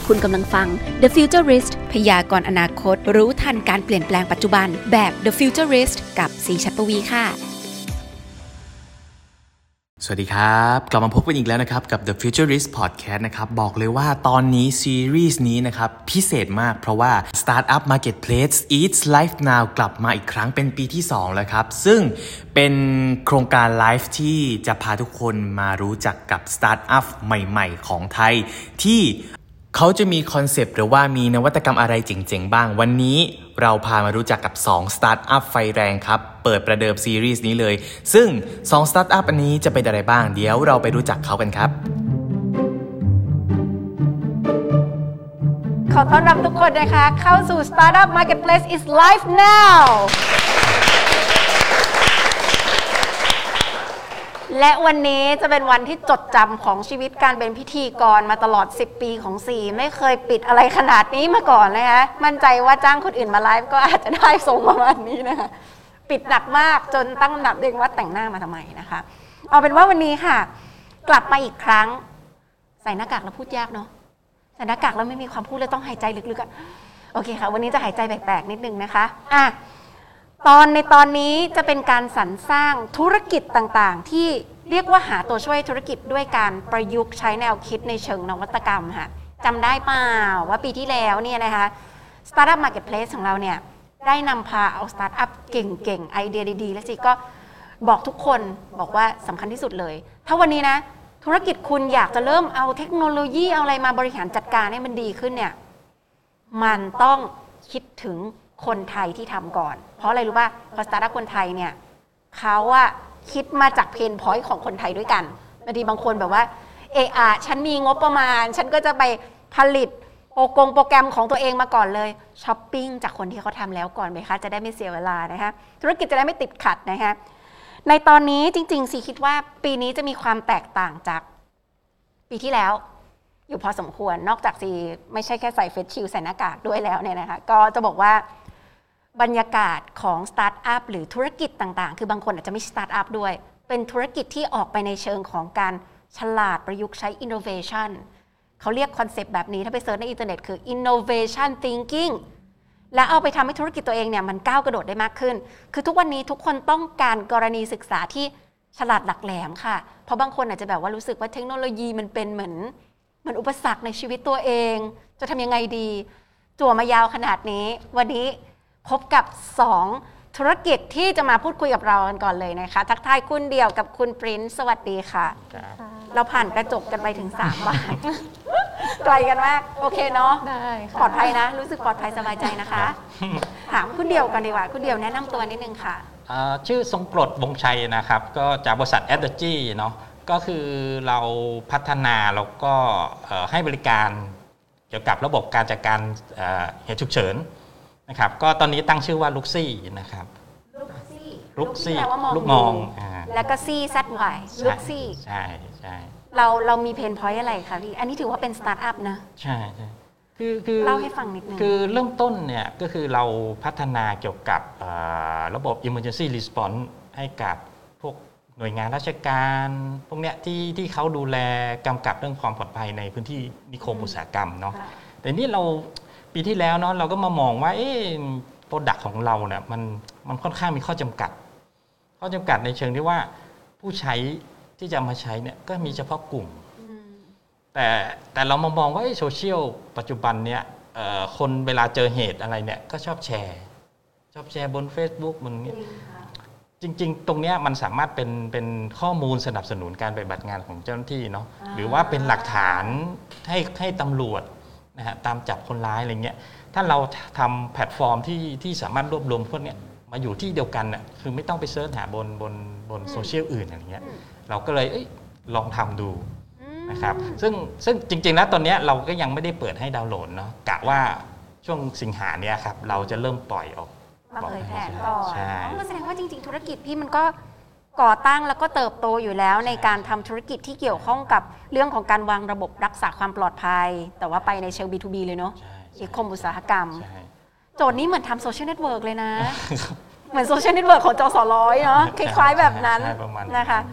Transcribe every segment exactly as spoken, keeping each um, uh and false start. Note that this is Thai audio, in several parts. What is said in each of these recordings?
คุณกำลังฟัง The Futurist พยากรณ์อนาคตรู้ทันการเปลี่ยนแปลงปัจจุบันแบบ The Futurist กับศรีชัดปวีค่ะสวัสดีครับกลับมาพบกันอีกแล้วนะครับกับ The Futurist Podcast นะครับบอกเลยว่าตอนนี้ซีรีส์นี้นะครับพิเศษมากเพราะว่า Startup Marketplace Eats Life Now กลับมาอีกครั้งเป็นปีที่สองแล้วครับซึ่งเป็นโครงการไลฟ์ที่จะพาทุกคนมารู้จักกับ Startup ใหม่ๆของไทยที่เขาจะมีคอนเซปต์หรือว่ามีนวัตกรรมอะไรเจ๋งๆบ้างวันนี้เราพามารู้จักกับสองสตาร์ทอัพไฟแรงครับเปิดประเดิมซีรีส์นี้เลยซึ่งสองสตาร์ทอัพอันนี้จะเป็นอะไรบ้างเดี๋ยวเราไปรู้จักเขากันครับขอต้อนรับทุกคนนะคะเข้าสู่ Startup Marketplace is live now และวันนี้จะเป็นวันที่จดจำของชีวิตการเป็นพิธีกรมาตลอดสิบปีของซีไม่เคยปิดอะไรขนาดนี้มาก่อนนะคะมั่นใจว่าจ้างคนอื่นมาไลฟ์ก็อาจจะได้ทรงประมาณนี้นะคะปิดหนักมากจนตั้งคำถามเองว่าแต่งหน้ามาทำไมนะคะเอาเป็นว่าวันนี้ค่ะกลับมาอีกครั้งใส่หน้ากากแล้วพูดยากเนาะใส่หน้ากากแล้วไม่มีความพูดเลยต้องหายใจลึกๆอ่ะโอเคค่ะวันนี้จะหายใจแปลกๆนิดนึงนะคะอ่ะตอนในตอนนี้จะเป็นการสรรสร้างธุรกิจต่างๆที่เรียกว่าหาตัวช่วยธุรกิจด้วยการประยุกต์ใช้แนวคิดในเชิงนวัตกรรมค่ะจำได้เปล่าว่าปีที่แล้วเนี่ยนะคะ Startup Marketplace ของเราเนี่ยได้นำพาเอาสตาร์ทอัพเก่งๆไอเดียดีๆและสิก็บอกทุกคนบอกว่าสำคัญที่สุดเลยถ้าวันนี้นะธุรกิจคุณอยากจะเริ่มเอาเทคโนโลยีเอาอะไรมาบริหารจัดการให้มันดีขึ้นเนี่ยมันต้องคิดถึงคนไทยที่ทำก่อนเพราะอะไรรู้ป่ะเพราะสตาร์ทอัพคนไทยเนี่ยเขาอะคิดมาจากเพนพอยต์ของคนไทยด้วยกันบางทีบางคนแบบว่าเอออะฉันมีงบประมาณฉันก็จะไปผลิตโปรกงโปรแกรมของตัวเองมาก่อนเลยช้อปปิ้งจากคนที่เขาทำแล้วก่อนไหมคะจะได้ไม่เสียเวลานะคะธุรกิจจะได้ไม่ติดขัดนะคะในตอนนี้จริงๆซีคิดว่าปีนี้จะมีความแตกต่างจากปีที่แล้วอยู่พอสมควรนอกจากซีไม่ใช่แค่ใส่เฟซชิลใส่หน้ากากด้วยแล้วเนี่ยนะคะก็จะบอกว่าบรรยากาศของสตาร์ทอัพหรือธุรกิจต่างๆคือบางคนอาจจะไม่สตาร์ทอัพด้วยเป็นธุรกิจที่ออกไปในเชิงของการฉลาดประยุกต์ใช้ innovation เขาเรียกคอนเซปต์แบบนี้ถ้าไปเซิร์ชในอินเทอร์เน็ตคือ innovation thinking และเอาไปทำให้ธุรกิจตัวเองเนี่ยมันก้าวกระโดดได้มากขึ้นคือทุกวันนี้ทุกคนต้องการกรณีศึกษาที่ฉลาดหลักแหลมค่ะเพราะบางคนอาจจะแบบว่ารู้สึกว่าเทคโนโลยีมันเป็นเหมือนเหมือนอุปสรรคในชีวิตตัวเองจะทำยังไงดีจั่วมายาวขนาดนี้วันนี้พบกับสองธุรกิจที่จะมาพูดคุยกับเรากันก่อนเลยนะคะทักทายคุณเดี่ยวกับคุณปริ้นสวัสดีค่ะเราผ่านกระจกกันไปถึงสามบาทไกลกันมากโอเคเนาะได้ปลอดภัยนะรู้สึกปลอดภัยสบายใจนะคะถามคุณเดี่ยวกันดีกว่าคุณเดี่ยวแนะนำตัวนิดนึงค่ะชื่อทรงกรดวงชัยนะครับก็จากบริษัท Addergy เนาะก็คือเราพัฒนาแล้วก็ให้บริการเกี่ยวกับระบบการจัดการเหตุฉุกเฉินนะครับก็ตอนนี้ตั้งชื่อว่าลุกซี่นะครับลุกซี่ลูกมองแล้วก็ซี่ซัดไวลุกซี่ใช่ใช่เราเรามีเพนพอยต์อะไรคะพี่อันนี้ถือว่าเป็นสตาร์ทอัพนะใช่ใช่คือคือเล่าให้ฟังนิดนึงคือเริ่มต้นเนี่ยก็คือเราพัฒนาเกี่ยวกับระบบ emergency response ให้กับพวกหน่วยงานราชการพวกเนี้ยที่ที่เขาดูแลกำกับเรื่องความปลอดภัยในพื้นที่นิคมอุตสาหกรรมเนาะแต่นี่เราปีที่แล้วเนาะเราก็มามองว่าเอ๊ะโปรดักต์ของเราเนี่ยมันมันค่อนข้างมีข้อจำกัดข้อจำกัดในเชิงที่ว่าผู้ใช้ที่จะมาใช้เนี่ยก็มีเฉพาะกลุ่มแต่แต่เรามามองว่าโซเชียลปัจจุบันเนี่ยคนเวลาเจอเหตุอะไรเนี่ยก็ชอบแชร์ชอบแชร์บน Facebook บนนี้จริงๆตรงนี้มันสามารถเป็นเป็นข้อมูลสนับสนุนการปฏิบัติงานของเจ้าหน้าที่เนาะหรือว่าเป็นหลักฐานให้ให้ตำรวจนะฮะตามจับคนร้ายอะไรเงี้ยถ้าเราทำแพลตฟอร์มที่ที่สามารถรวบรวมพวกเนี้ยมาอยู่ที่เดียวกันน่ะคือไม่ต้องไปเสิร์ชหาบนบนบนโซเชียลอื่นอะไรเงี้ยเราก็เลยลองทำดูนะครับซึ่งซึ่งจริงๆแล้วตอนนี้เราก็ยังไม่ได้เปิดให้ดาวน์โหลดเนาะกะว่าช่วงสิงหาเนี้ยครับเราจะเริ่มปล่อยออกมาเผยแพร่ก่อนก็แสดงว่าจริงๆธุรกิจพี่มันก็ก่อตั้งแล้วก็เติบโตอยู่แล้วในการทำธุรกิจที่เกี่ยวข้องกับเรื่องของการวางระบบรักษาความปลอดภัยแต่ว่าไปในเชิง บี ทู บี เลยเนาะนิคมอุตสาหกรรมโจทย์นี้เหมือนทำโซเชียลเน็ตเวิร์กเลยนะเหมือนโซเชียลเน็ตเวิร์กของจสร้อยเนาะคล้ายๆแบบนั้นนะคะ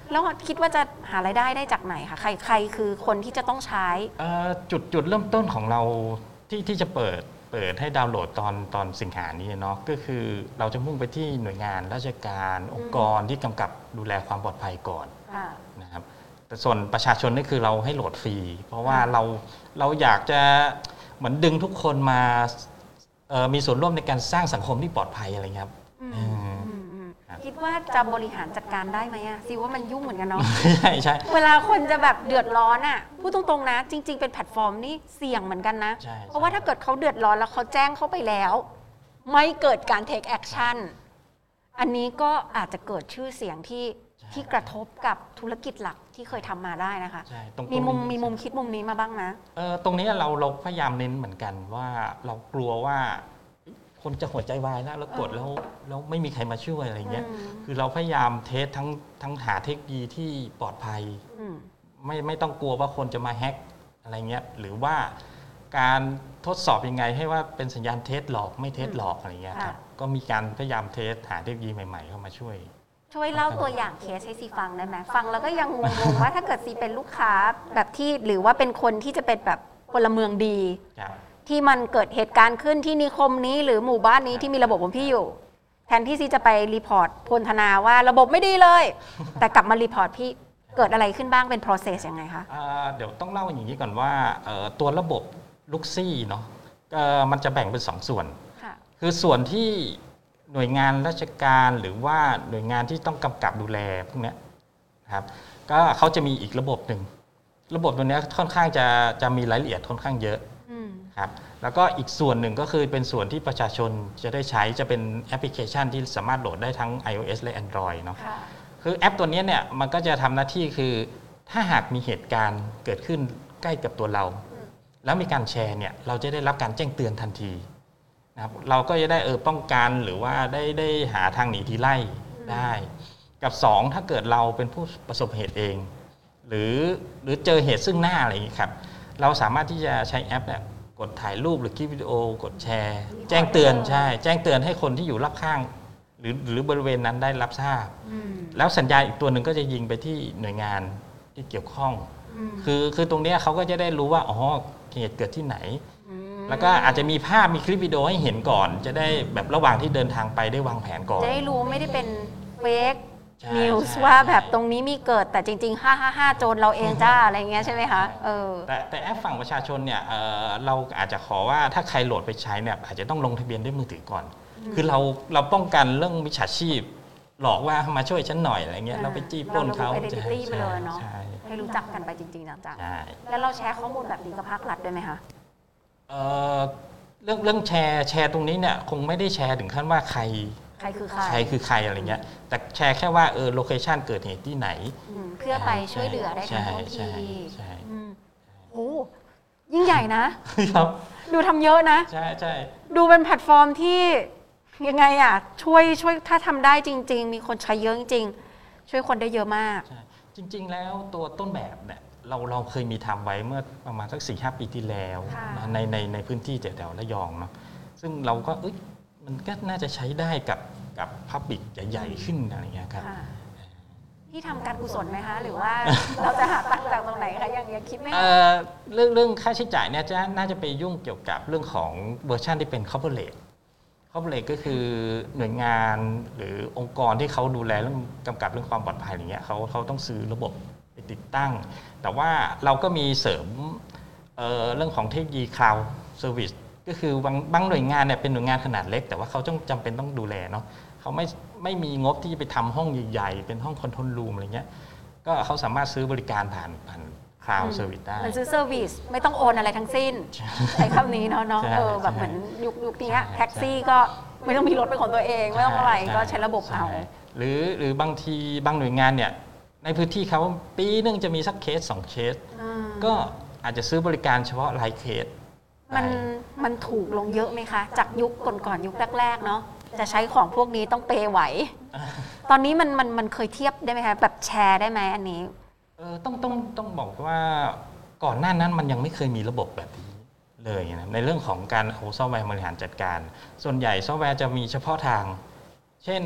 แล้วคิดว่าจะหารายได้ได้จากไหนคะใครใครคือคนที่จะต้องใช้จุดจุดเริ่มต้นของเราที่ที่จะเปิดเปิดให้ดาวน์โหลดตอนตอนสิงหานี้เนาะก็คือเราจะมุ่งไปที่หน่วยงานราชการองค์กรที่กำกับดูแลความปลอดภัยก่อนนะครับแต่ส่วนประชาชนนี่คือเราให้โหลดฟรีเพราะว่าเราเราอยากจะเหมือนดึงทุกคนมามีส่วนร่วมในการสร้างสังคมที่ปลอดภัยอะไรเงี้ยครับคิดว่าจะบริหารจัดการได้ไหมอะซิว่ามันยุ่งเหมือนกันเนาะใช่ใช่เวลาคนจะแบบเดือดร้อนอะพูดตรงๆนะจริงๆเป็นแพลตฟอร์มนี่เสี่ยงเหมือนกันนะเพราะว่าถ้าเกิดเขาเดือดร้อนแล้วเขาแจ้งเข้าไปแล้วไม่เกิดการ take action อันนี้ก็อาจจะเกิดชื่อเสียงที่ที่กระทบกับธุรกิจหลักที่เคยทำมาได้นะคะมีมุมมีมุมคิดมุมนี้มาบ้างนะเออตรงนี้เราเราพยายามเน้นเหมือนกันว่าเรากลัวว่าคนจะหัวใจวายนะแล้วกดแล้วแล้วไม่มีใครมาช่วยอะไรเงี้ยคือเราพยายามเทสทั้งทั้งหาเทคโนโลยีที่ปลอดภัยไม่ไม่ต้องกลัวว่าคนจะมาแฮ็กอะไรเงี้ยหรือว่าการทดสอบยังไงให้ว่าเป็นสัญญาณเทสหลอกไม่เทสหลอกอะไรเงี้ยครับก็มีการพยายามเทสหาเทคโนโลยีใหม่ๆเข้ามาช่วยช่วยเล่าตัวอย่างเคสให้ซีฟังได้ไหมฟังแล้วก็ยังงงๆว่าถ้าเกิดซีเป็นลูกค้าแบบที่หรือว่าเป็นคนที่จะเป็นแบบพลเมืองดีที่มันเกิดเหตุการณ์ขึ้นที่นิคมนี้หรือหมู่บ้านนี้ที่มีระบบของพี่อยู่แทนที่ซีจะไปรีพอร์ตพลธนาว่าระบบไม่ดีเลยแต่กลับมารีพอร์ตพี่เกิดอะไรขึ้นบ้างเป็น process ยังไงคะเดี๋ยวต้องเล่าอย่างนี้ก่อนว่าตัวระบบลูกซี่เนาะมันจะแบ่งเป็นสองส่วนคือส่วนที่หน่วยงานราชการหรือว่าหน่วยงานที่ต้องกำกับดูแลพวกนี้ครับก็เขาจะมีอีกระบบหนึ่งระบบตัวนี้ค่อนข้างจะจะมีรายละเอียดค่อนข้างเยอะครับแล้วก็อีกส่วนหนึ่งก็คือเป็นส่วนที่ประชาชนจะได้ใช้จะเป็นแอปพลิเคชันที่สามารถโหลดได้ทั้ง iOS และ Android เนาะคือแอปตัวนี้เนี่ยมันก็จะทำหน้าที่คือถ้าหากมีเหตุการณ์เกิดขึ้นใกล้กับตัวเราแล้วมีการแชร์เนี่ยเราจะได้รับการแจ้งเตือนทันทีนะครับเราก็จะได้เออป้องกันหรือว่าได้ได้หาทางหนีทีไล่ได้กับสองถ้าเกิดเราเป็นผู้ประสบเหตุเองหรือหรือเจอเหตุซึ่งหน้าอะไรอย่างนี้ครับเราสามารถที่จะใช้แอปเนี่ยกดถ่ายรูปหรือคลิปวิดีโอกดแชร์แจ้งเตือนใช่แจ้งเตือนให้คนที่อยู่รอบข้างหรือหรือบริเวณนั้นได้รับทราบแล้วสัญญาณอีกตัวหนึ่งก็จะยิงไปที่หน่วยงานที่เกี่ยวข้องคือคือตรงนี้เขาก็จะได้รู้ว่าอ๋อเหตุเกิดที่ไหนแล้วก็อาจจะมีภาพมีคลิปวิดีโอให้เห็นก่อนจะได้แบบระหว่างที่เดินทางไปได้วางแผนก่อนจะได้รู้ไม่ได้เป็นเฟกนิวส์ว่าแบบตรงนี้มีเกิดแต่จริงๆห้าห้าห้าโจรเราเองจ้าอะไรเงี้ยใช่ไหมคะเออแต่แต่แอปฝั่งประชาชนเนี่ย เ, เราอาจจะขอว่าถ้าใครโหลดไปใช้เนี่ยอาจจะต้องลงทะเบียนด้วยมือถือก่อนคือเราเราป้องกันเรื่องมิจฉาชีพหลอกว่ามาช่วยฉันหน่อยอะไรเงี้ยเราไปจี้ปล้นเขาจะให้ไปเลยเนาะให้รู้จักกันไปจริงๆจังๆแล้วเราแชร์ข้อมูลแบบนี้กับภาครัฐด้วยไหมคะเเรื่องเรื่องแชร์แชร์ตรงนี้เนี่ยคงไม่ได้แชร์ถึงขั้นว่าใครใครคือใครใครคือใครอะไรเงี้ยแต่แชร์แค่ว่าเออโลเคชันเกิดเหตุที่ไหนเพื่อไปช่วยเหลือได้ทันทีโอ้ยิ่งใหญ่นะครับดูทำเยอะนะใช่ใช่ดูเป็นแพลตฟอร์มที่ยังไงอ่ะช่วยช่วยถ้าทำได้จริงๆมีคนใช้เยอะจริงๆช่วยคนได้เยอะมากจริงๆแล้วตัวต้นแบบเนี่ยเราเราเคยมีทำไว้เมื่อประมาณสัก สี่ห้า ปีที่แล้วในในในพื้นที่แถวๆระยองเนาะซึ่งเราก็เอ้ยมันก็น่าจะใช้ได้กับกับพับบิกใหญ่ๆขึ้นอะไรเงี้ยครับพี่ทำการกุศลไหมคะหรือว่าเราจะหาตังค์จากตรงไหนคะยังยังคิดไม่ออกเรื่องเรื่องค่าใช้จ่ายเนี่ยจะน่าจะไปยุ่งเกี่ยวกับเรื่องของเวอร์ชันที่เป็น corporate corporate ก็คือหน่วยงานหรือองค์กรที่เขาดูแลเรื่องกำกับเรื่องความปลอดภัยอย่างเงี้ยเขาเขาต้องซื้อระบบไปติดตั้งแต่ว่าเราก็มีเสริม เ, เรื่องของเทคโนโลยี cloud service ก็คือบางบางหน่วยงานเนี่ยเป็นหน่วยงานขนาดเล็กแต่ว่าเขาต้องจำเป็นต้องดูแลเนาะเขาไม่ไม่มีงบที่จะไปทำห้องใหญ่ๆเป็นห้องคอนโทรลรูมอะไรเงี้ยก็เขาสามารถซื้อบริการผ่านผ่าน cloud service ได้มันซื้อ service ไม่ต้องโอนอะไรทั้งสิ้นใช้คำนี้เนาะเนาะเออแบบเหมือนยุคยุคนี้แท็กซี่ก็ไม่ต้องมีรถเป็นของตัวเองไม่ต้องอะไรก็ใช้ระบบเอาหรือหรือบางทีบางหน่วยงานเนี่ยในพื้นที่เขาปีนึงจะมีสักเคสสองเคสก็อาจจะซื้อบริการเฉพาะรายเคสมันมันถูกลงเยอะไหมคะจากยุคก่อนๆยุคแรกๆเนาะจะใช้ของพวกนี้ต้องเปย์ไหวตอนนี้มันมันมันเคยเทียบได้ไหมคะแบบแชร์ได้ไหมอันนี้เออต้องต้องต้องบอกว่าก่อนหน้านั้นมันยังไม่เคยมีระบบแบบนี้เลยนะในเรื่องของการเอาซอฟต์แวร์บริหารจัดการส่วนใหญ่ซอฟต์แวร์จะมีเฉพาะทางเช่น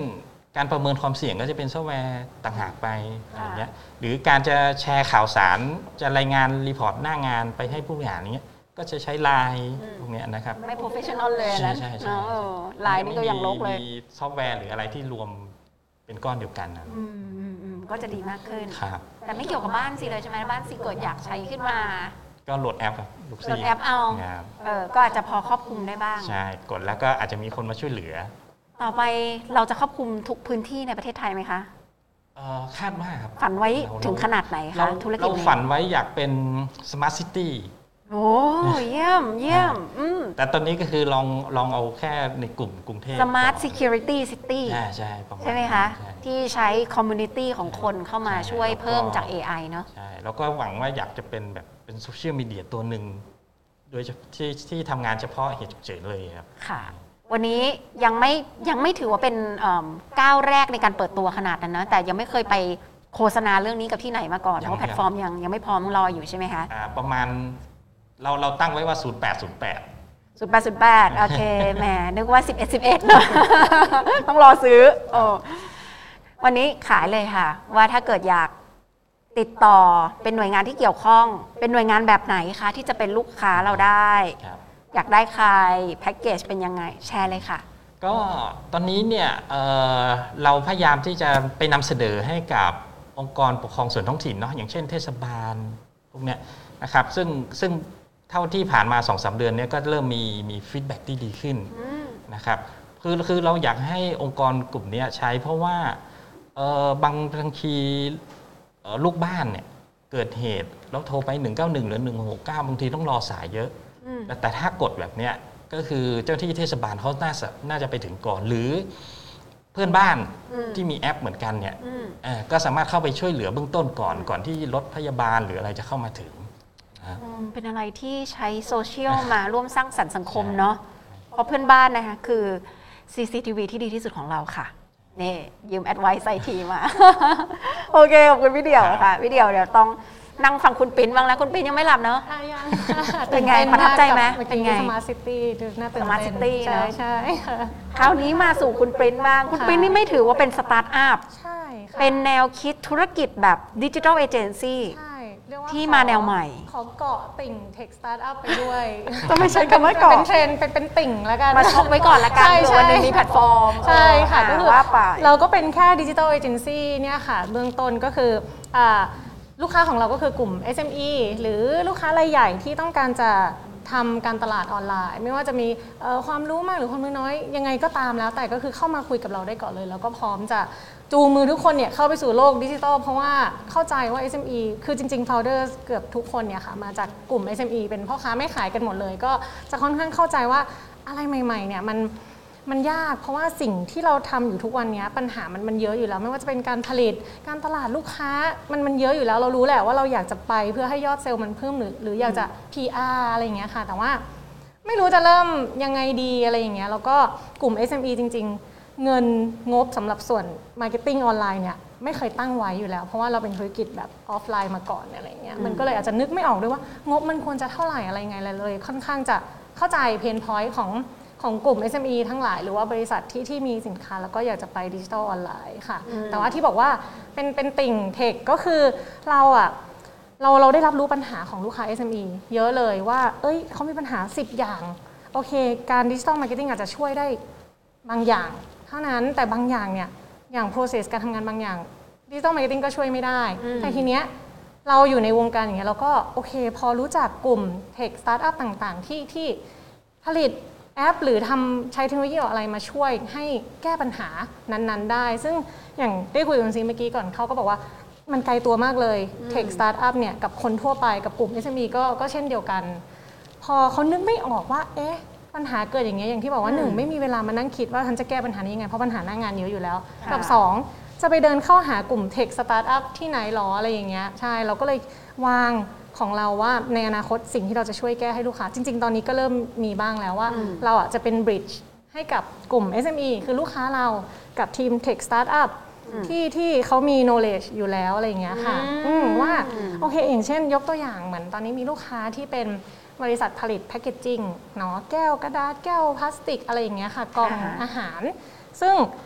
การประเมินความเสี่ยงก็จะเป็นซอฟต์แวร์ต่างหากไปอะไรเงี้ยหรือการจะแชร์ข่าวสารจะรายงานรีพอร์ตหน้างานไปให้ผู้บริหารอย่างเงี้ยก็จะใช้ไลน์พวกนี้นะครับไม่ professional เลยนะใช่ใช่ไลน์นี่ก็ยังลกเลยมีซอฟต์แวร์หรืออะไรที่รวมเป็นก้อนเดียวกันนะก็จะดีมากขึ้นครับแต่ไม่เกี่ยวกับบ้านสิเลยใช่ไหมบ้านสิเกิดอยากใช้ขึ้นมาก็โหลดแอปครับลูกซีโหลดแอปเอาเออก็อาจจะพอครอบคลุมได้บ้างใช่กดแล้วก็อาจจะมีคนมาช่วยเหลือต่อไปเราจะครอบคลุมทุกพื้นที่ในประเทศไทยไหมคะคาดว่าครับฝันไว้ถึงขนาดไหนคะธุรกิจเราฝันไว้อยากเป็น Smart City โอ้เยี่ยมเยี่ยมแต่ตอนนี้ก็คือลองลองเอาแค่ในกลุ่มกรุงเทพ Smart Security City ใช่ใช่ใช่ไหมคะที่ใช้ Community ของคนเข้ามาช่วยเพิ่มจาก เอ ไอ เนาะใช่แล้วก็หวังว่าอยากจะเป็นแบบเป็นโซเชียลมีเดียตัวหนึ่งโดยที่ที่ทำงานเฉพาะเหตุฉุกเฉินเลยครับค่ะวันนี้ยังไม่ยังไม่ถือว่าเป็นก้าวแรกในการเปิดตัวขนาดนั้นนะแต่ยังไม่เคยไปโฆษณาเรื่องนี้กับที่ไหนมาก่อนเพราะแพลตฟอร์มยังยังไม่พร้อมรออยู่ใช่ไหมคะประมาณเราเราตั้งไว้ว่าศูนย์แปดศูนย์แปดศูนย์แปด ศูนย์แปดโอเคแหมนึกว่าสิบเอ็ด สิบเอ็ดเนาะต้องรอซื้อโอ้วันนี้ขายเลยค่ะว่าถ้าเกิดอยากติดต่อเป็นหน่วยงานที่เกี่ยวข้องเป็นหน่วยงานแบบไหนคะที่จะเป็นลูกค้าเราได้อยากได้ใครแพ็กเกจเป็นยังไงแชร์เลยค่ะก็ตอนนี้เนี่ย เ, เราพยายามที่จะไปนำเสนอให้กับองค์กรปกครองส่วนท้องถิ่นเนาะอย่างเช่นเทศบาลพวกเนี้ยนะครับซึ่งซึ่งเท่าที่ผ่านมา สองถึงสาม เดือนนี้ก็เริ่มมีมีฟีดแบ็กที่ดีขึ้นนะครับคือคือเราอยากให้องค์กรกลุ่มนี้ใช้เพราะว่าบางบางทีลูกบ้านเนี่ยเกิดเหตุแล้วโทรไปหนึ่งเก้าหนึ่งหรือหนึ่งหกเก้าบางทีต้องรอสายเยอะแต่ถ้ากดแบบเนี้ยก็คือเจ้าที่เทศบาลเขาน่าจะน่าจะไปถึงก่อนหรือเพื่อนบ้านที่มีแอปเหมือนกันเนี่ยก็สามารถเข้าไปช่วยเหลือเบื้องต้นก่อนก่อนที่รถพยาบาลหรืออะไรจะเข้ามาถึงเป็นอะไรที่ใช้โซเชียลมาร่วมสร้างสรรค์สังคมเนาะเพราะเพื่อนบ้านนะคะคือ ซี ซี ที วี ที่ดีที่สุดของเราค่ะนี่ยืมแอดไวซ์ไอทีมาโอเคขอบคุณพี่เดี่ยวค่ะพี่เดี่ยวเดี๋ยวต้องนั่งฟังคุณปิ้นบ้างแล้วคุณปิ้นยังไม่หลับเนาะยังเป็นไงประทับใจไหมเป็นไง Smart City ดูน่าตื่นเต้น Smart City ใช่ใช่คราวนี้มาสู่คุณปิ้นบ้างคุณปิ้นนี่ไม่ถือว่าเป็นสตาร์ทอัพใช่เป็นแนวคิดธุรกิจแบบดิจิทัลเอเจนซี่ที่มาแนวใหม่ขอเกาะติ่งเทคสตาร์ทอัพไปด้วยก็ไม่ใช่คำว่าเกาะเป็นเทรนเป็นเป็นติ่งแล้วกันมาช็อปไว้ก่อนละกันวันนึงมีแพลตฟอร์มใช่ค่ะก็คือเราก็เป็นแค่ดิจิทัลเอเจนซี่เนี่ยค่ะเบื้องต้นก็คือลูกค้าของเราก็คือกลุ่ม เอส เอ็ม อี หรือลูกค้ารายใหญ่ที่ต้องการจะทำการตลาดออนไลน์ไม่ว่าจะมีความรู้มากหรือความรู้น้อยยังไงก็ตามแล้วแต่ก็คือเข้ามาคุยกับเราได้ก่อนเลยแล้วก็พร้อมจะจูงมือทุกคนเนี่ยเข้าไปสู่โลกดิจิทัลเพราะว่าเข้าใจว่า เอส เอ็ม อี คือจริงๆ founders เกือบทุกคนเนี่ยค่ะมาจากกลุ่ม เอส เอ็ม อี เป็นพ่อค้าแม่ขายกันหมดเลยก็จะค่อนข้างเข้าใจว่าอะไรใหม่ๆเนี่ยมันมันยากเพราะว่าสิ่งที่เราทำอยู่ทุกวันนี้ปัญหามันมันเยอะอยู่แล้วไม่ว่าจะเป็นการผลิตการตลาดลูกค้ามันมันเยอะอยู่แล้วเรารู้แหละว่าเราอยากจะไปเพื่อให้ยอดเซลล์มันเพิ่มหรือหรืออยากจะ พี อาร์ อะไรอย่างเงี้ยค่ะแต่ว่าไม่รู้จะเริ่มยังไงดีอะไรอย่างเงี้ยแล้วก็กลุ่ม เอส เอ็ม อี จริงๆเงินงบสำหรับส่วน Marketing ออนไลน์เนี่ยไม่เคยตั้งไว้อยู่แล้วเพราะว่าเราเป็นธุรกิจแบบออฟไลน์มาก่อนอะไรเงี้ยมันก็เลยอาจจะนึกไม่ออกด้วยว่างบมันควรจะเท่าไหร่อะไรไงเลยค่อนข้างจะเข้าใจเพนพอยต์ของของกลุ่ม เอส เอ็ม อี ทั้งหลายหรือว่าบริษัทที่ที่มีสินค้าแล้วก็อยากจะไปดิจิทัลออนไลน์ค่ะแต่ว่าที่บอกว่าเป็นเป็นติ่งเทคก็คือเราอะเราเราได้รับรู้ปัญหาของลูกค้า เอส เอ็ม อี เยอะเลยว่าเอ้ยเขามีปัญหาสิบอย่างโอเคการดิจิทัลมาร์เก็ตติ้งอาจจะช่วยได้บางอย่างเท่านั้นแต่บางอย่างเนี่ยอย่าง process การทำงานบางอย่างดิจิทัลมาร์เก็ตติ้งก็ช่วยไม่ได้แต่ทีเนี้ยเราอยู่ในวงการอย่างเงี้ยเราก็โอเคพอรู้จักกลุ่มเทคสตาร์ทอัพต่างๆที่ที่ผลิตแอปหรือทำใช้เทคโนโลยีอะไรมาช่วยให้แก้ปัญหานั้นๆได้ซึ่งอย่างได้คุยกับคุณซีเมื่อกี้ก่อนเขาก็บอกว่ามันไกลตัวมากเลยเทคสตาร์ทอัพเนี่ยกับคนทั่วไปกับกลุ่ม เอส เอ็ม อี ก็ก็เช่นเดียวกันพอเขานึกไม่ออกว่าเอ๊ะปัญหาเกิดอย่างเงี้ยอย่างที่บอกว่าหนึ่งไม่มีเวลามานั่งคิดว่าฉันจะแก้ปัญหานี้ยังไงเพราะปัญหาหน้างานเยอะอยู่แล้วกับสองจะไปเดินเข้าหากลุ่มเทคสตาร์ทอัพที่ไหนหรออะไรอย่างเงี้ยใช่เราก็เลยวางของเราว่าในอนาคตสิ่งที่เราจะช่วยแก้ให้ลูกค้าจริงๆตอนนี้ก็เริ่มมีบ้างแล้วว่าเราอ่ะจะเป็น bridge ให้กับกลุ่ม เอส เอ็ม อี คือลูกค้าเรากับทีม Tech Startup ที่ที่เขามี knowledge อยู่แล้วอะไรอย่างเงี้ยค่ะว่าโอเคอย่างเช่นยกตัวอย่างเหมือนตอนนี้มีลูกค้าที่เป็นบริษัทผลิตแพคเกจจิ้งเนาะแก้วกระดาษแก้วพลาสติกอะไรอย่างเงี้ยค่ะกล่องอาหารซึ่ง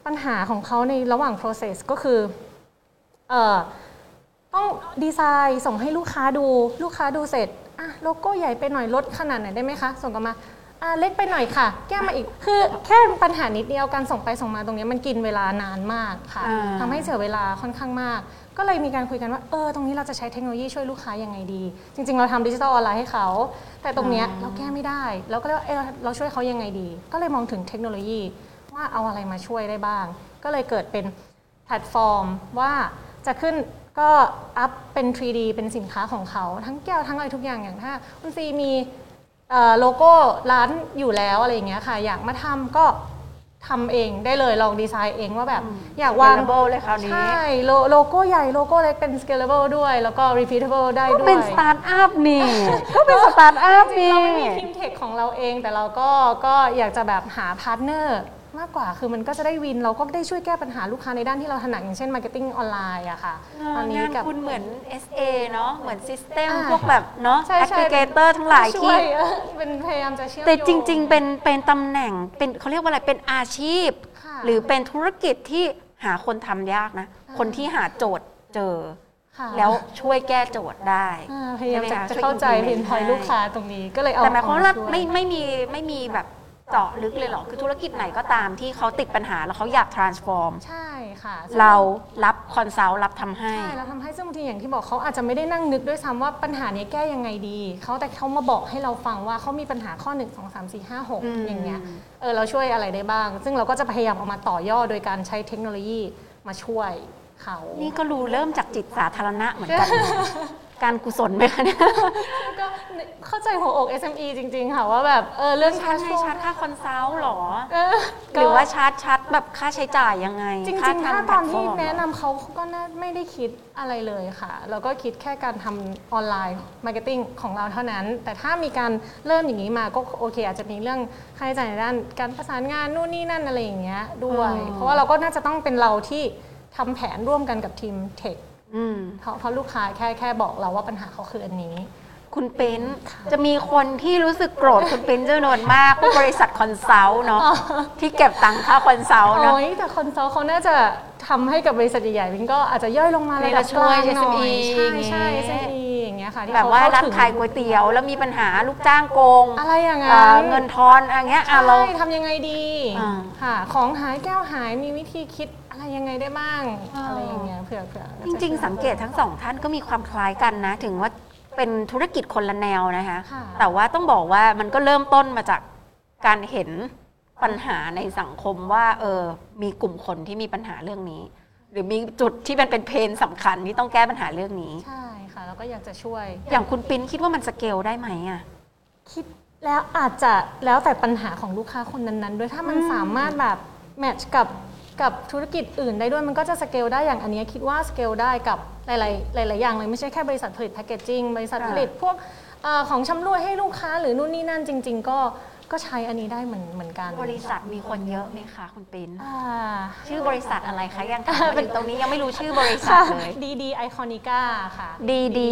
ปัญหาของเขาในระหว่าง process ก็คือเอ่อต้องดีไซน์ส่งให้ลูกค้าดูลูกค้าดูเสร็จอ่ะโลโก้ใหญ่ไปหน่อยลดขนาดไหนได้ไหมคะส่งกลับมาอ่ะเล็กไปหน่อยค่ะแก้มาอีกคือแค่ปัญหานิดเดียวการส่งไปส่งมาตรงนี้มันกินเวลานานมากค่ะทำให้เสียเวลาค่อนข้างมากก็เลยมีการคุยกันว่าเออตรงนี้เราจะใช้เทคโนโลยีช่วยลูกค้ายังไงดีจริงๆเราทำดิจิทัลออนไลน์ให้เขาแต่ตรงเนี้ยเราแก้ไม่ได้เราก็เลยว่าเออเราช่วยเขายังไงดีก็เลยมองถึงเทคโนโลยีว่าเอาอะไรมาช่วยได้บ้างก็เลยเกิดเป็นแพลตฟอร์มว่าจะขึ้นก็อัพเป็น ทรี ดี เป็นสินค้าของเขาทั้งแก้วทั้งอะไรทุกอย่างอย่างถ้าคุณซีมีโลโก้ร้านอยู่แล้วอะไรอย่างเงี้ยค่ะอยากมาทำก็ทำเองได้เลยลองดีไซน์เองว่าแบบอยากวาง scalable เลยคราวนี้ใช่โลโก้ใหญ่โลโก้เล็กเป็น scalable ด้วยแล้วก็ repeatable ได้ด้วยก็เป็นสตาร์ทอัพนี่ก็เป็นสตาร์ทอัพนี่เราไม่มีทีมเทคของเราเองแต่เราก็ก็อยากจะแบบหาพาร์ทเนอร์มากกว่าคือมันก็จะได้วินเราก็ได้ช่วยแก้ปัญหาลูกค้าในด้านที่เราถนัดอย่างเช่น marketing ออนไลน์อะค่ะตอนนี้กับคุณเหมือน เอส เอ เนาะเหมือน system พวกแบบเนาะ aggregator ทั้งหลายที่เป็นพยายามจะเชื่อมโยงแต่จริงๆเป็นเป็นตำแหน่งเป็นเขาเรียกว่าอะไรเป็นอาชีพหรือเป็นธุรกิจที่หาคนทำยากนะคนที่หาโจทย์เจอแล้วช่วยแก้โจทย์ได้พยายามจะเข้าใจเพนพอยต์ลูกค้าตรงนี้ก็เลยเอาแต่หมายความว่าไม่ไม่มีไม่มีแบบเจาะลึกเลยหรอคือธุรกิจไหนก็ตามที่เขาติดปัญหาแล้วเขาอยาก transform ใช่ค่ะเรารับคอนซัลท์รับทำให้ใช่เราทำให้ซึ่งบางทีอย่างที่บอกเขาอาจจะไม่ได้นั่งนึกด้วยซ้ำว่าปัญหานี้แก้ยังไงดีเขาแต่เขามาบอกให้เราฟังว่าเขามีปัญหาข้อหนึ่ง สอง สาม สี่ ห้า หกอย่างเงี้ยเออเราช่วยอะไรได้บ้างซึ่งเราก็จะพยายามออกมาต่อยอดโดยการใช้เทคโนโลยีมาช่วยเขานี่ก็รู้เริ่มจากจิตสาธารณะเหมือนกันการกุศลไหมคะเนี่ยก็เข้าใจหัวอก เอส เอ็ม อี จริงๆค่ะว่าแบบเออเรื่องชาร์จชาร์จค่าคอนซัลท์หรอหรือว่าชาร์จชาร์จแบบค่าใช้จ่ายยังไงจริงๆถ้าตอนที่แนะนำเขาก็ไม่ได้คิดอะไรเลยค่ะเราก็คิดแค่การทำออนไลน์มาร์เก็ตติ้งของเราเท่านั้นแต่ถ้ามีการเริ่มอย่างนี้มาก็โอเคอาจจะมีเรื่องค่าใช้จ่ายในด้านการประสานงานนู่นนี่นั่นอะไรอย่างเงี้ยด้วยเพราะว่าเราก็น่าจะต้องเป็นเราที่ทำแผนร่วมกันกับทีมเทคเพราะเพราะลูกค้าแค่แค่บอกเราว่าปัญหาเขาคืออันนี้คุณเป็นจะมีคนที่รู้สึกโกรธคุณเป็นจำนวนมากพวกบริษัทคอนซัลท์เนาะที่เก็บตังค่าคอนซัลท์เนาะโอ้ยแต่คอนซัลท์เขาน่าจะทำให้กับบริษัทใหญ่ๆมันก็อาจจะย่อยลงมาระดับกลางหน่อยใช่ใช่ เอส เอ็ม อี อย่างเงี้ยค่ะแบบว่าร้านขายก๋วยเตี๋ยวแล้วมีปัญหาลูกจ้างโกงอะไรอย่างเงี้ยเงินทอนอะไรเงี้ยเราทำยังไงดีค่ะของหายแก้วหายมีวิธีคิดอะไรยังไงได้บ้างอะไรอย่างเงี้ยเผื่อเผื่อจริงๆสังเกตทั้งสองท่านก็มีความคล้ายกันนะถึงว่าเป็นธุรกิจคนละแนวนะคะแต่ว่าต้องบอกว่ามันก็เริ่มต้นมาจากการเห็นปัญหาในสังคมว่าเออมีกลุ่มคนที่มีปัญหาเรื่องนี้หรือมีจุดที่มันเป็นเพนสำคัญที่ต้องแก้ปัญหาเรื่องนี้ใช่ค่ะแล้วก็อยากจะช่วยอย่างคุณปิ๊นคิดว่ามันสเกลได้ไหมอ่ะคิดแล้วอาจจะแล้วแต่ปัญหาของลูกค้าคนนั้นๆด้วยถ้ามันสามารถแบบแมทช์กับกับธุรกิจอื่นได้ด้วยมันก็จะสเกลได้อย่างอันนี้คิดว่าสเกลได้กับหลายๆหลายๆอย่างเลยไม่ใช่แค่บริษัทผลิตแพคเกจจิ้งบริษัทผลิตพวกของชำร่วยให้ลูกค้าหรือนู่นนี่นั่นจริงๆก็ก็ใช้อันนี้ได้เหมือนเหมือนกันบริษัทมีคนเยอะไหมคะคุณปิ๊นชื่อบริษัทอะไรคะยังถามถึงตรงนี้ยังไม่รู้ชื่อบริษัทเลยดี ดี Iconica ค่ะดี ดี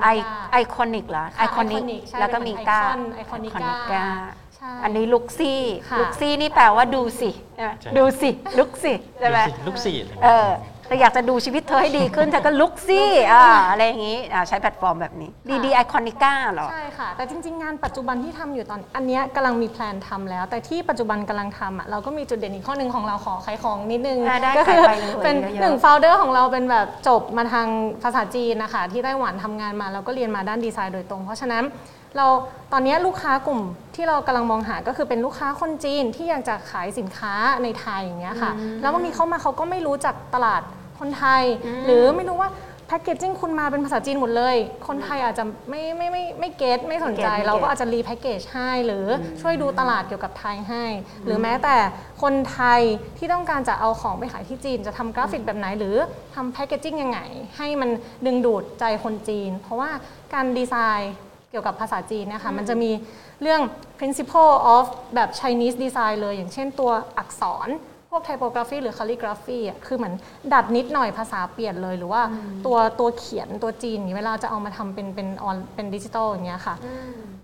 Iconic เหรอ Iconic แล้วก็มีก้า Iconicaอันนี้ลุกซี่ลุกซี่นี่แปลว่าดูสิดูสิลุกสิใช่ไหมลุกซี่เออแต่อยากจะดูชีวิตเธอให้ดีขึ้นเธอก็ลุกซี่อ่าอะไรอย่างนี้ใช้แพลตฟอร์มแบบนี้ดีดีไอคอนิก้าเหรอใช่ค่ะแต่จริงๆงานปัจจุบันที่ทำอยู่ตอนอันนี้กำลังมีแพลนทำแล้วแต่ที่ปัจจุบันกำลังทำอ่ะเราก็มีจุดเด่นอีกข้อนึงของเราขอขายของนิดนึงก็คือเป็นหนึ่งโฟลเดอร์ของเราเป็นแบบจบมาทางภาษาจีนนะคะที่ไต้หวันทำงานมาแล้วก็เรียนมาด้านดีไซน์โดยตรงเพราะฉะนั้นเราตอนนี้ลูกค้ากลุ่มที่เรากำลังมองหาก็คือเป็นลูกค้าคนจีนที่อยากจะขายสินค้าในไทยอย่างเงี้ยค่ะแล้วบางทีเข้ามาเขาก็ไม่รู้จักตลาดคนไทยหรือไม่รู้ว่าแพคเกจจิ้งคุณมาเป็นภาษาจีนหมดเลยคนไทยอาจจะไม่ไม่ไม่ไม่เก็ตไม่สนใจเราก็อาจจะรีแพคเกจให้หรือช่วยดูตลาดเกี่ยวกับไทยให้หรือแม้แต่คนไทยที่ต้องการจะเอาของไปขายที่จีนจะทำกราฟิกแบบไหนหรือทำแพคเกจจิ้งยังไงให้มันดึงดูดใจคนจีนเพราะว่าการดีไซน์เกี่ยวกับภาษาจีนนะคะมันจะมีเรื่อง principle of แบบ Chinese design เลยอย่างเช่นตัวอักษรพวก typography หรือ calligraphy อ่ะคือเหมือนดัดนิดหน่อยภาษาเปลี่ยนเลยหรือว่าตัวตัวเขียนตัวจีนเวลาจะเอามาทำเป็นเป็นออนเป็นดิจิทัลอย่างเงี้ยค่ะ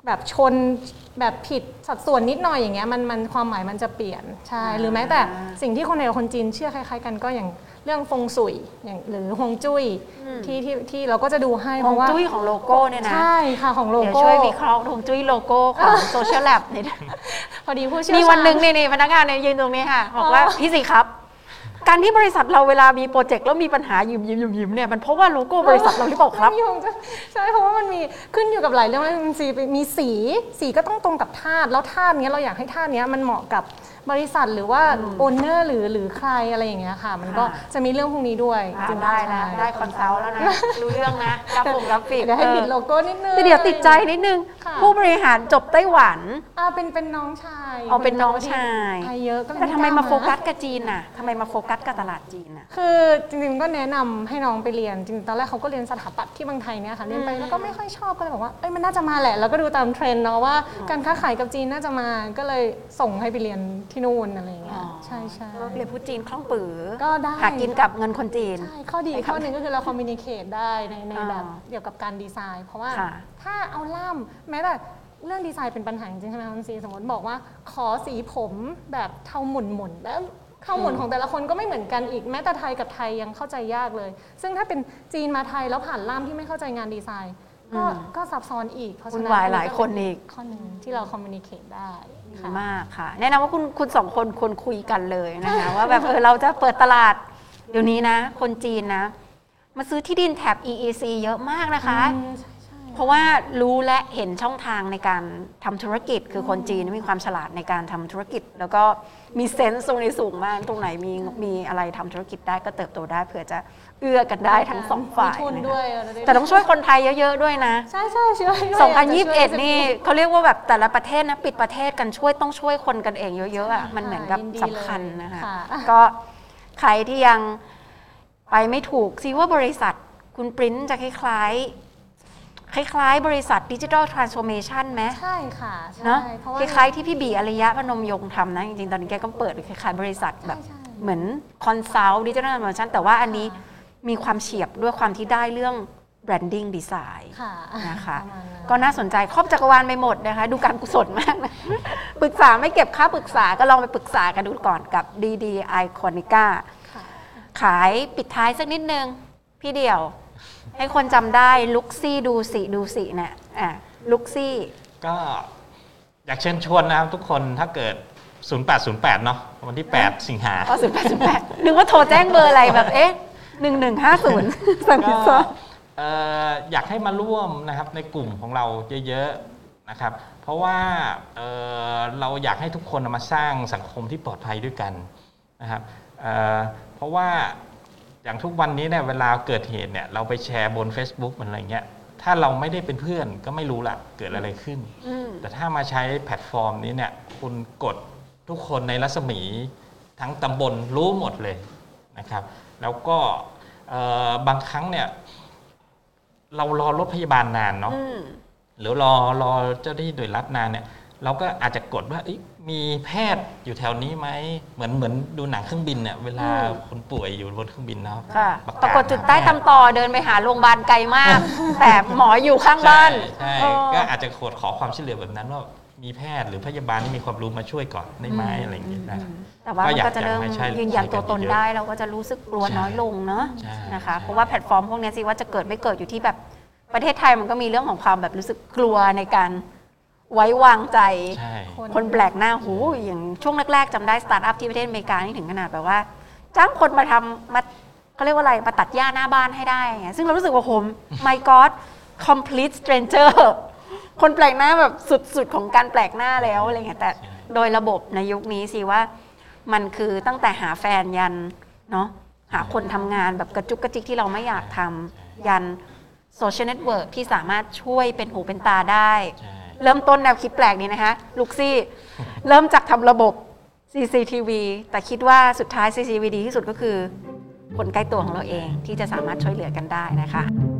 แบบชนแบบผิดสัดส่วนนิดหน่อยอย่างเงี้ยมันมันความหมายมันจะเปลี่ยนใช่หรือแม้แต่สิ่งที่คนไทยกับคนจีนเชื่อคล้ายๆกันก็อย่างเรื่องฟงสุยอย่างหรือฮวงจุ้ยที่ที่ที่เราก็จะดูให้เพราะว่าฮวงจุ้ยของโลโก้เนี่ยนะใช่ค่ะของโลโก้เดี๋ยวช่วยวิเคราะห์ฮวงจุ้ยโลโก้ของโซเชียลแลบนิดพอดีผู้เชี่ยวชาญมีวันนึงนี่ๆพนักงานเนี่ยยืนตรงนี้ค่ะบอกว่าพี่สิครับการที่บริษัทเราเวลามีโปรเจกต์แล้วมีปัญหายิ้มยิ้มยิ้มยิ้มเนี่ยมันเพราะว่าโลโก้บริษัทเราหรือเปล่าครับใช่เพราะว่ามันมีขึ้นอยู่กับหลายเรื่องมันสีมีสีสีก็ต้องตรงกับธาตุแล้วธาตุนี้เราอยากให้ธาตุนี้มันเหมาะกับบริษัทหรือว่าโอนเนอร์หรือหรือใครอะไรอย่างเงี้ยค่ะมันก็จะมีเรื่องพวกนี้ด้วยจริงได้นะได้คอนซัลท์แล้วนะรู้เรื่องนะรับผมรับฟิกเดี๋ยวให้บิดโลโก้นิดนึงเดี๋ยวติดใจนิดนึงผู้บริหารจบไต้หวันอ่าเป็นเป็นน้องชายเอาเป็นน้องชายเยอะแต่ทำไมมาโฟกัสกับจีนน่ะทำไมมาโฟกัสกับตลาดจีนน่ะคือจริงๆก็แนะนำให้น้องไปเรียนจริงๆตอนแรกเขาก็เรียนสถาปัตย์ที่เมืองไทยเนี่ยค่ะเรียนไปแล้วก็ไม่ค่อยชอบก็เลยบอกว่าเอ้ยมันน่าจะมาแหละแล้วก็ดูตามเทรนด์เนาะว่าการค้าขายกับจีนน่าจะมาก็เลยส่งให้ไปเรียนที่นู่นอะไรอย่างเงี้ยใช่ใช่เรียนพูดจีนคล่องปือก็ได้หากินกับเงินคนจีนใช่ข้อดีข้อหนึ่งก็คือเราคอมมิวนิเคตได้ในในแบบเกี่ยวกับการดีไซน์เพราะว่าถ้าเอาล่ามแม้แต่เรื่องดีไซน์เป็นปัญหาจริงใช่ไหมคุณซีสมมติบอกว่าขอสีผมแบบเทาหมุนหมุนแล้วเข้าหมุนของแต่ละคนก็ไม่เหมือนกันอีกแม้แต่ไทยกับไทยยังเข้าใจยากเลยซึ่งถ้าเป็นจีนมาไทยแล้วผ่านล่ามที่ไม่เข้าใจงานดีไซน์ก็ก็ซับซ้อนอีกเพราะฉะนั้นหลายคนอีกข้อหนึ่งที่เราคอมมิวนิเคตได้มากค่ะแนะนำว่าคุณคุณสองคนควรคุยกันเลยนะคะว่าแบบเออเราจะเปิดตลาดเดี๋ยวนี้นะคนจีนนะมาซื้อที่ดินแถบ อี อี ซี เยอะมากนะคะเพราะว่ารู้และเห็นช่องทางในการทำธุรกิจคือคนจีนมีความฉลาดในการทำธุรกิจแล้วก็มีเซนส์ตรงนี้สูงมากตรงไหนมีมีอะไรทำธุรกิจได้ก็เติบโตได้เผื่อจะเอื้อกันได้ทั้งสองฝ่ายแต่ต้องช่วยคนไทยเยอะๆด้วยนะใช่ใช่ช่วยสองพันยี่สิบเอ็ดนี่เขาเรียกว่าแบบแต่ละประเทศนะปิดประเทศกันช่วยต้องช่วยคนกันเองเยอะๆอ่ะมันเหมือนกับสำคัญนะคะก็ใครที่ยังไปไม่ถูกซิว่าบริษัทคุณปริ้นจะคล้ายๆคล้ายๆบริษัทดิจิทัลทรานส์ฟอร์เมชันไหมใช่ค่ะเนาะคล้ายๆที่พี่บีอารยะพนมยงค์ทำนะจริงๆตอนนี้แกก็เปิดคล้ายๆบริษัทแบบเหมือนคอนซัลท์ดิจิทัลทรานส์ฟอร์เมชันแต่ว่าอันนี้มีความเฉียบด้วยความที่ได้เรื่อง branding design นะคะก็น่าสนใจครอบจักรวาลไปหมดนะคะดูการกุศลมากนะปรึกษาไม่เก็บค่าปรึกษาก็ลองไปปรึกษากันดูก่อนกับ ดี ดี Iconica ขายปิดท้ายสักนิดนึงพี่เดี่ยวให้คนจำได้ลุกซี่ดูสิดูสิเนี่ยอ่ะลุกซี่ก็อยากเชิญชวนนะครับทุกคนถ้าเกิดศูนย์แปดศูนย์แปดเนาะวันที่แปดสิงหาอ๋อศูนย์แปดศูนย์แปดนึกว่าโทรแจ้งเบอร์อะไรแบบเอ๊ะหนึ่งหนึ่งห้าศูนย์สั่งพิซซ่าอยากให้มาร่วมนะครับในกลุ่มของเราเยอะๆนะครับเพราะว่าเเราอยากให้ทุกคนมาสร้างสังคมที่ปลอดภัยด้วยกันนะครับเเพราะว่าอย่างทุกวันนี้เนี่ยเวลาเกิดเหตุเนี่ยเราไปแชร์บน Facebook มันอะไรเงี้ยถ้าเราไม่ได้เป็นเพื่อนก็ไม่รู้ละเกิดอะไรขึ้นแต่ถ้ามาใช้แพลตฟอร์มนี้เนี่ยคุณกดทุกคนในรัศมีทั้งตำบลรู้หมดเลยนะครับแล้วก็บางครั้งเนี่ยเรารอรถพยาบาลนานเนาะหรือรอรอเจ้าหน้าที่โดยรัฐนานเนี่ยเราก็อาจจะกดว่ามีแพทย์อยู่แถวนี้ไหมเหมือนเหมือนดูหนังเครื่องบินเนี่ยเวลาคนป่วยอยู่บนเครื่องบินเนาะปรากฏจุดใต้ตำต่อเดินไปหาโรงพยาบาลไกลมากแต่หมออยู่ข้างบ้านใช่ก็อาจจะกดขอความช่วยเหลือแบบนั้นว่ามีแพทย์หรือพยาบาลที่มีความรู้มาช่วยก่อนได้ไหมอะไรอย่างเงี้ยนะแต่ว่ามันก็จะเริ่มยืนยันตัวตนได้เราก็จะรู้สึกกลัวน้อยลงเนาะนะคะเพราะว่าแพลตฟอร์มพวกนี้สิว่าจะเกิดไม่เกิดอยู่ที่แบบประเทศไทยมันก็มีเรื่องของความแบบรู้สึกกลัวในการไว้วางใจคนแปลกหน้าหูอย่างช่วงแรกๆจำได้สตาร์ทอัพที่ประเทศอเมริกานี่ถึงขนาดแบบว่าจ้างคนมาทำมาเขาเรียกว่าอะไรมาตัดหญ้าหน้าบ้านให้ได้ซึ่งเรารู้สึกว่าผม my god complete stranger คนแปลกหน้าแบบสุดๆของการแปลกหน้าแล้วอะไรเงี้ยแต่โดยระบบในยุคนี้สิว่ามันคือตั้งแต่หาแฟนยันเนาะหาคนทำงานแบบกระจุกกระจิกที่เราไม่อยากทำยันโซเชียลเน็ตเวิร์กที่สามารถช่วยเป็นหูเป็นตาได้เริ่มต้นแนวคิดแปลกนี้นะคะลูกซี่เริ่มจากทำระบบ ซี ซี ที วี แต่คิดว่าสุดท้าย ซี ซี ที วี ดีที่สุดก็คือคนใกล้ตัวของเราเองที่จะสามารถช่วยเหลือกันได้นะคะ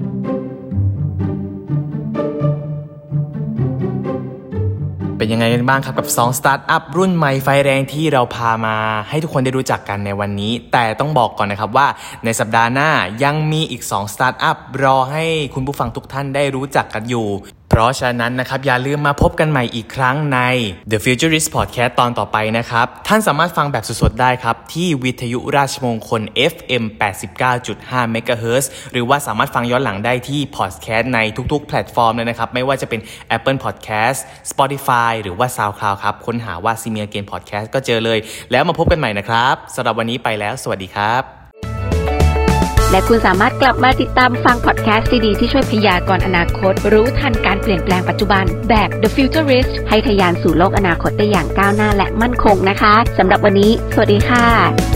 เป็นยังไงกันบ้างครับกับสองสตาร์ทอัพรุ่นใหม่ไฟแรงที่เราพามาให้ทุกคนได้รู้จักกันในวันนี้แต่ต้องบอกก่อนนะครับว่าในสัปดาห์หน้ายังมีอีกสองสตาร์ทอัพรอให้คุณผู้ฟังทุกท่านได้รู้จักกันอยู่เพราะฉะนั้นนะครับอย่าลืมมาพบกันใหม่อีกครั้งใน The Futurist Podcast ตอนต่อไปนะครับท่านสามารถฟังแบบสดๆได้ครับที่วิทยุราชมงคล เอฟ เอ็ม แปดสิบเก้าจุดห้า เมกะเฮิรตซ์ หรือว่าสามารถฟังย้อนหลังได้ที่ Podcast ในทุกๆแพลตฟอร์มเลยนะครับไม่ว่าจะเป็น Apple Podcast Spotify หรือว่า SoundCloud ครับค้นหาว่า See Me Again Podcast ก็เจอเลยแล้วมาพบกันใหม่นะครับสำหรับวันนี้ไปแล้วสวัสดีครับและคุณสามารถกลับมาติดตามฟังพอดแคสต์ดีๆที่ช่วยพยากรณ์อนาคตรู้ทันการเปลี่ยนแปลงปัจจุบันแบบ The Futurist ให้ทะยานสู่โลกอนาคตได้อย่างก้าวหน้าและมั่นคงนะคะสำหรับวันนี้สวัสดีค่ะ